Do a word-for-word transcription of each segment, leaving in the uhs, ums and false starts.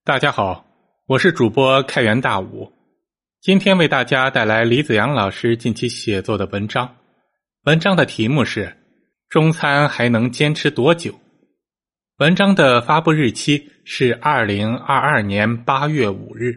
大家好，我是主播开元大武，今天为大家带来李子阳老师近期写作的文章。文章的题目是中餐还能坚持多久？文章的发布日期是二零二二年八月五日。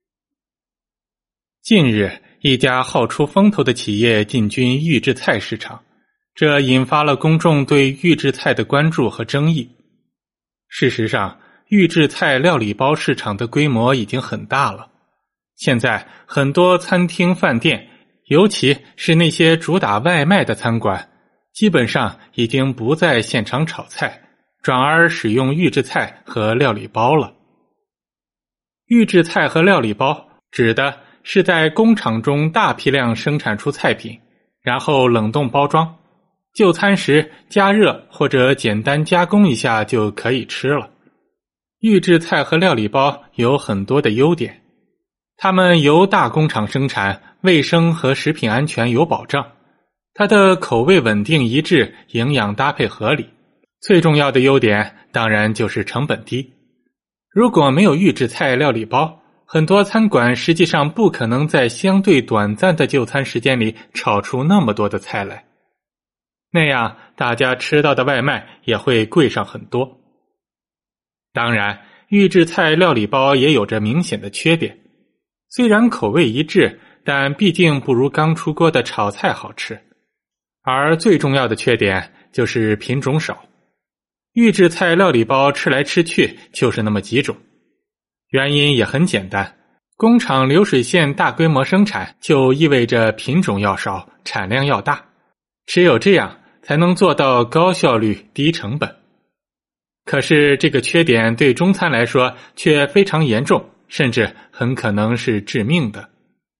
近日，一家号出风头的企业进军预制菜市场，这引发了公众对预制菜的关注和争议。事实上，预制菜料理包市场的规模已经很大了。现在很多餐厅饭店，尤其是那些主打外卖的餐馆，基本上已经不在现场炒菜，转而使用预制菜和料理包了。预制菜和料理包指的是在工厂中大批量生产出菜品，然后冷冻包装，就餐时加热或者简单加工一下就可以吃了。预制菜和料理包有很多的优点，它们由大工厂生产，卫生和食品安全有保障，它的口味稳定一致，营养搭配合理。最重要的优点当然就是成本低。如果没有预制菜料理包，很多餐馆实际上不可能在相对短暂的就餐时间里炒出那么多的菜来，那样大家吃到的外卖也会贵上很多。当然，预制菜料理包也有着明显的缺点，虽然口味一致，但毕竟不如刚出锅的炒菜好吃。而最重要的缺点就是品种少，预制菜料理包吃来吃去就是那么几种。原因也很简单，工厂流水线大规模生产就意味着品种要少，产量要大，只有这样才能做到高效率、低成本。可是这个缺点对中餐来说却非常严重，甚至很可能是致命的。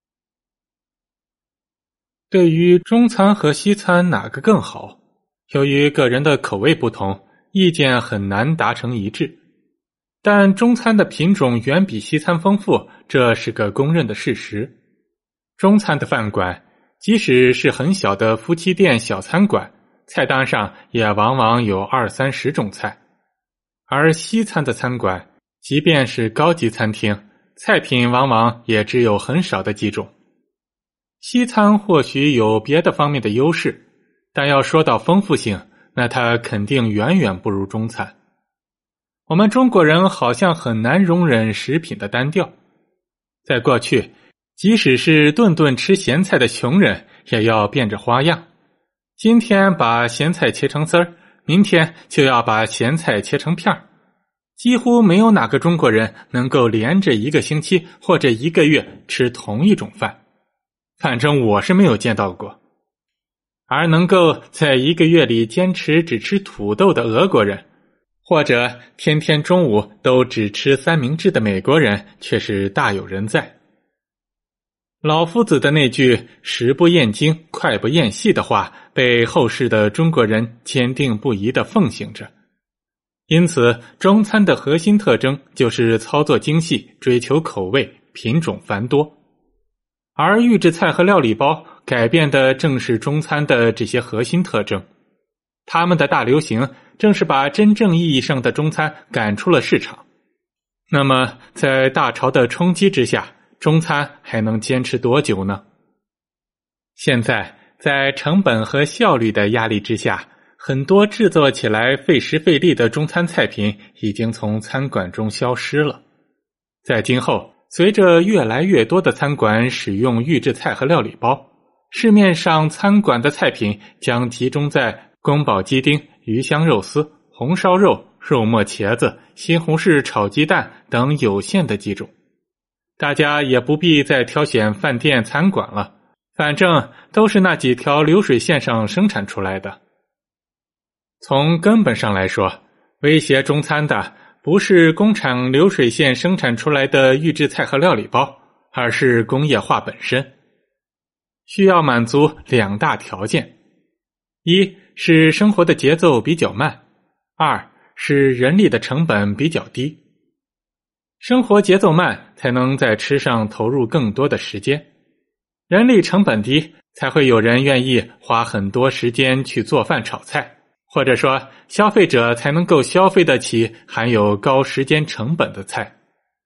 对于中餐和西餐哪个更好，由于个人的口味不同，意见很难达成一致。但中餐的品种远比西餐丰富，这是个公认的事实。中餐的饭馆，即使是很小的夫妻店、小餐馆，菜单上也往往有二三十种菜。而西餐的餐馆，即便是高级餐厅，菜品往往也只有很少的几种。西餐或许有别的方面的优势，但要说到丰富性，那它肯定远远不如中餐。我们中国人好像很难容忍食品的单调。在过去，即使是顿顿吃咸菜的穷人，也要变着花样。今天把咸菜切成丝儿，明天就要把咸菜切成片儿。几乎没有哪个中国人能够连着一个星期或者一个月吃同一种饭，反正我是没有见到过。而能够在一个月里坚持只吃土豆的俄国人，或者天天中午都只吃三明治的美国人，却是大有人在。老夫子的那句食不厌精，脍不厌细的话，被后世的中国人坚定不移地奉行着。因此，中餐的核心特征就是操作精细，追求口味，品种繁多。而预制菜和料理包改变的正是中餐的这些核心特征。他们的大流行正是把真正意义上的中餐赶出了市场。那么，在大潮的冲击之下，中餐还能坚持多久呢？现在，在成本和效率的压力之下，很多制作起来费时费力的中餐菜品已经从餐馆中消失了。在今后，随着越来越多的餐馆使用预制菜和料理包，市面上餐馆的菜品将集中在宫保鸡丁、鱼香肉丝、红烧肉、肉末茄子、西红柿炒鸡蛋等有限的几种。大家也不必再挑选饭店餐馆了，反正都是那几条流水线上生产出来的。从根本上来说，威胁中餐的不是工厂流水线生产出来的预制菜和料理包，而是工业化本身。需要满足两大条件：一是生活的节奏比较慢，二是人力的成本比较低。生活节奏慢，才能在吃上投入更多的时间；人力成本低，才会有人愿意花很多时间去做饭炒菜，或者说消费者才能够消费得起含有高时间成本的菜。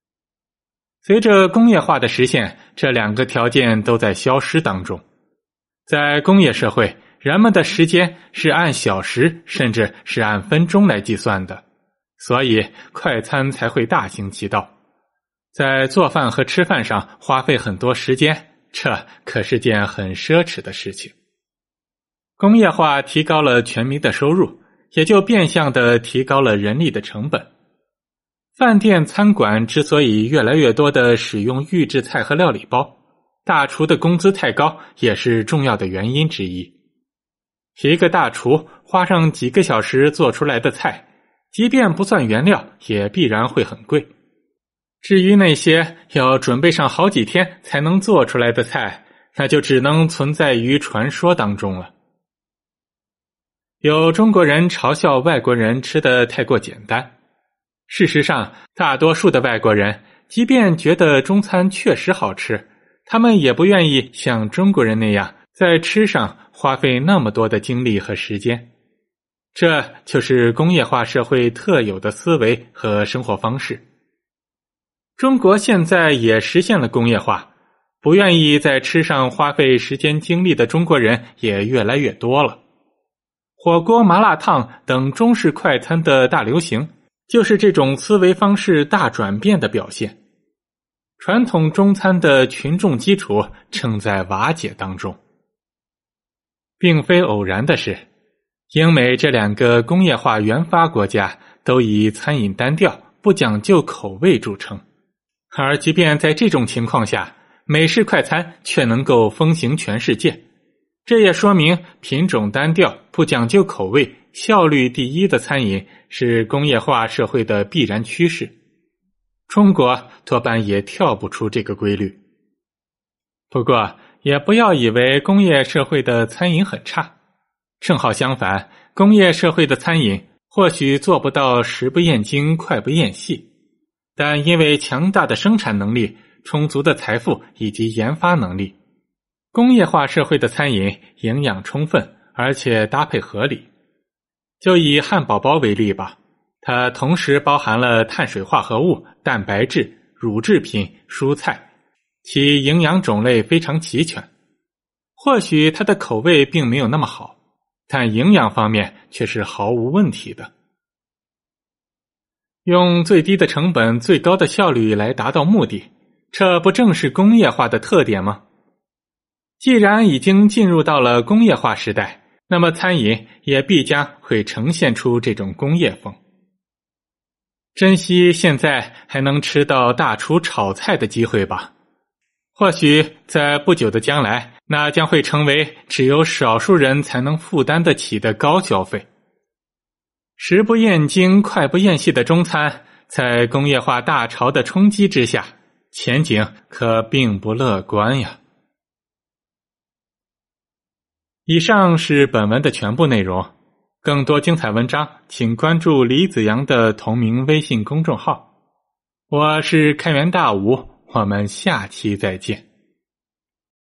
随着工业化的实现，这两个条件都在消失当中。在工业社会，人们的时间是按小时甚至是按分钟来计算的，所以快餐才会大行其道。在做饭和吃饭上花费很多时间，这可是件很奢侈的事情。工业化提高了全民的收入，也就变相地提高了人力的成本。饭店餐馆之所以越来越多地使用预制菜和料理包，大厨的工资太高也是重要的原因之一。一个大厨花上几个小时做出来的菜，即便不算原料，也必然会很贵。至于那些要准备上好几天才能做出来的菜，那就只能存在于传说当中了。有中国人嘲笑外国人吃得太过简单。事实上，大多数的外国人即便觉得中餐确实好吃，他们也不愿意像中国人那样在吃上花费那么多的精力和时间。这就是工业化社会特有的思维和生活方式。中国现在也实现了工业化，不愿意在吃上花费时间精力的中国人也越来越多了。火锅、麻辣烫等中式快餐的大流行，就是这种思维方式大转变的表现。传统中餐的群众基础正在瓦解当中。并非偶然的是，英美这两个工业化原发国家都以餐饮单调、不讲究口味著称，而即便在这种情况下，美式快餐却能够风行全世界。这也说明品种单调、不讲究口味、效率第一的餐饮是工业化社会的必然趋势。中国多半也跳不出这个规律。不过，也不要以为工业社会的餐饮很差，正好相反，工业社会的餐饮或许做不到食不厌精、快不厌细，但因为强大的生产能力、充足的财富以及研发能力，工业化社会的餐饮营养充分，而且搭配合理。就以汉堡包为例吧，它同时包含了碳水化合物、蛋白质、乳制品、蔬菜，其营养种类非常齐全。或许它的口味并没有那么好，但营养方面却是毫无问题的。用最低的成本、最高的效率来达到目的，这不正是工业化的特点吗？既然已经进入到了工业化时代，那么餐饮也必将会呈现出这种工业风。珍惜现在还能吃到大厨炒菜的机会吧。或许在不久的将来，那将会成为只有少数人才能负担得起的高消费。食不厌精、快不厌细的中餐，在工业化大潮的冲击之下，前景可并不乐观呀。以上是本文的全部内容，更多精彩文章请关注李子阳的同名微信公众号。我是开元大武，我们下期再见。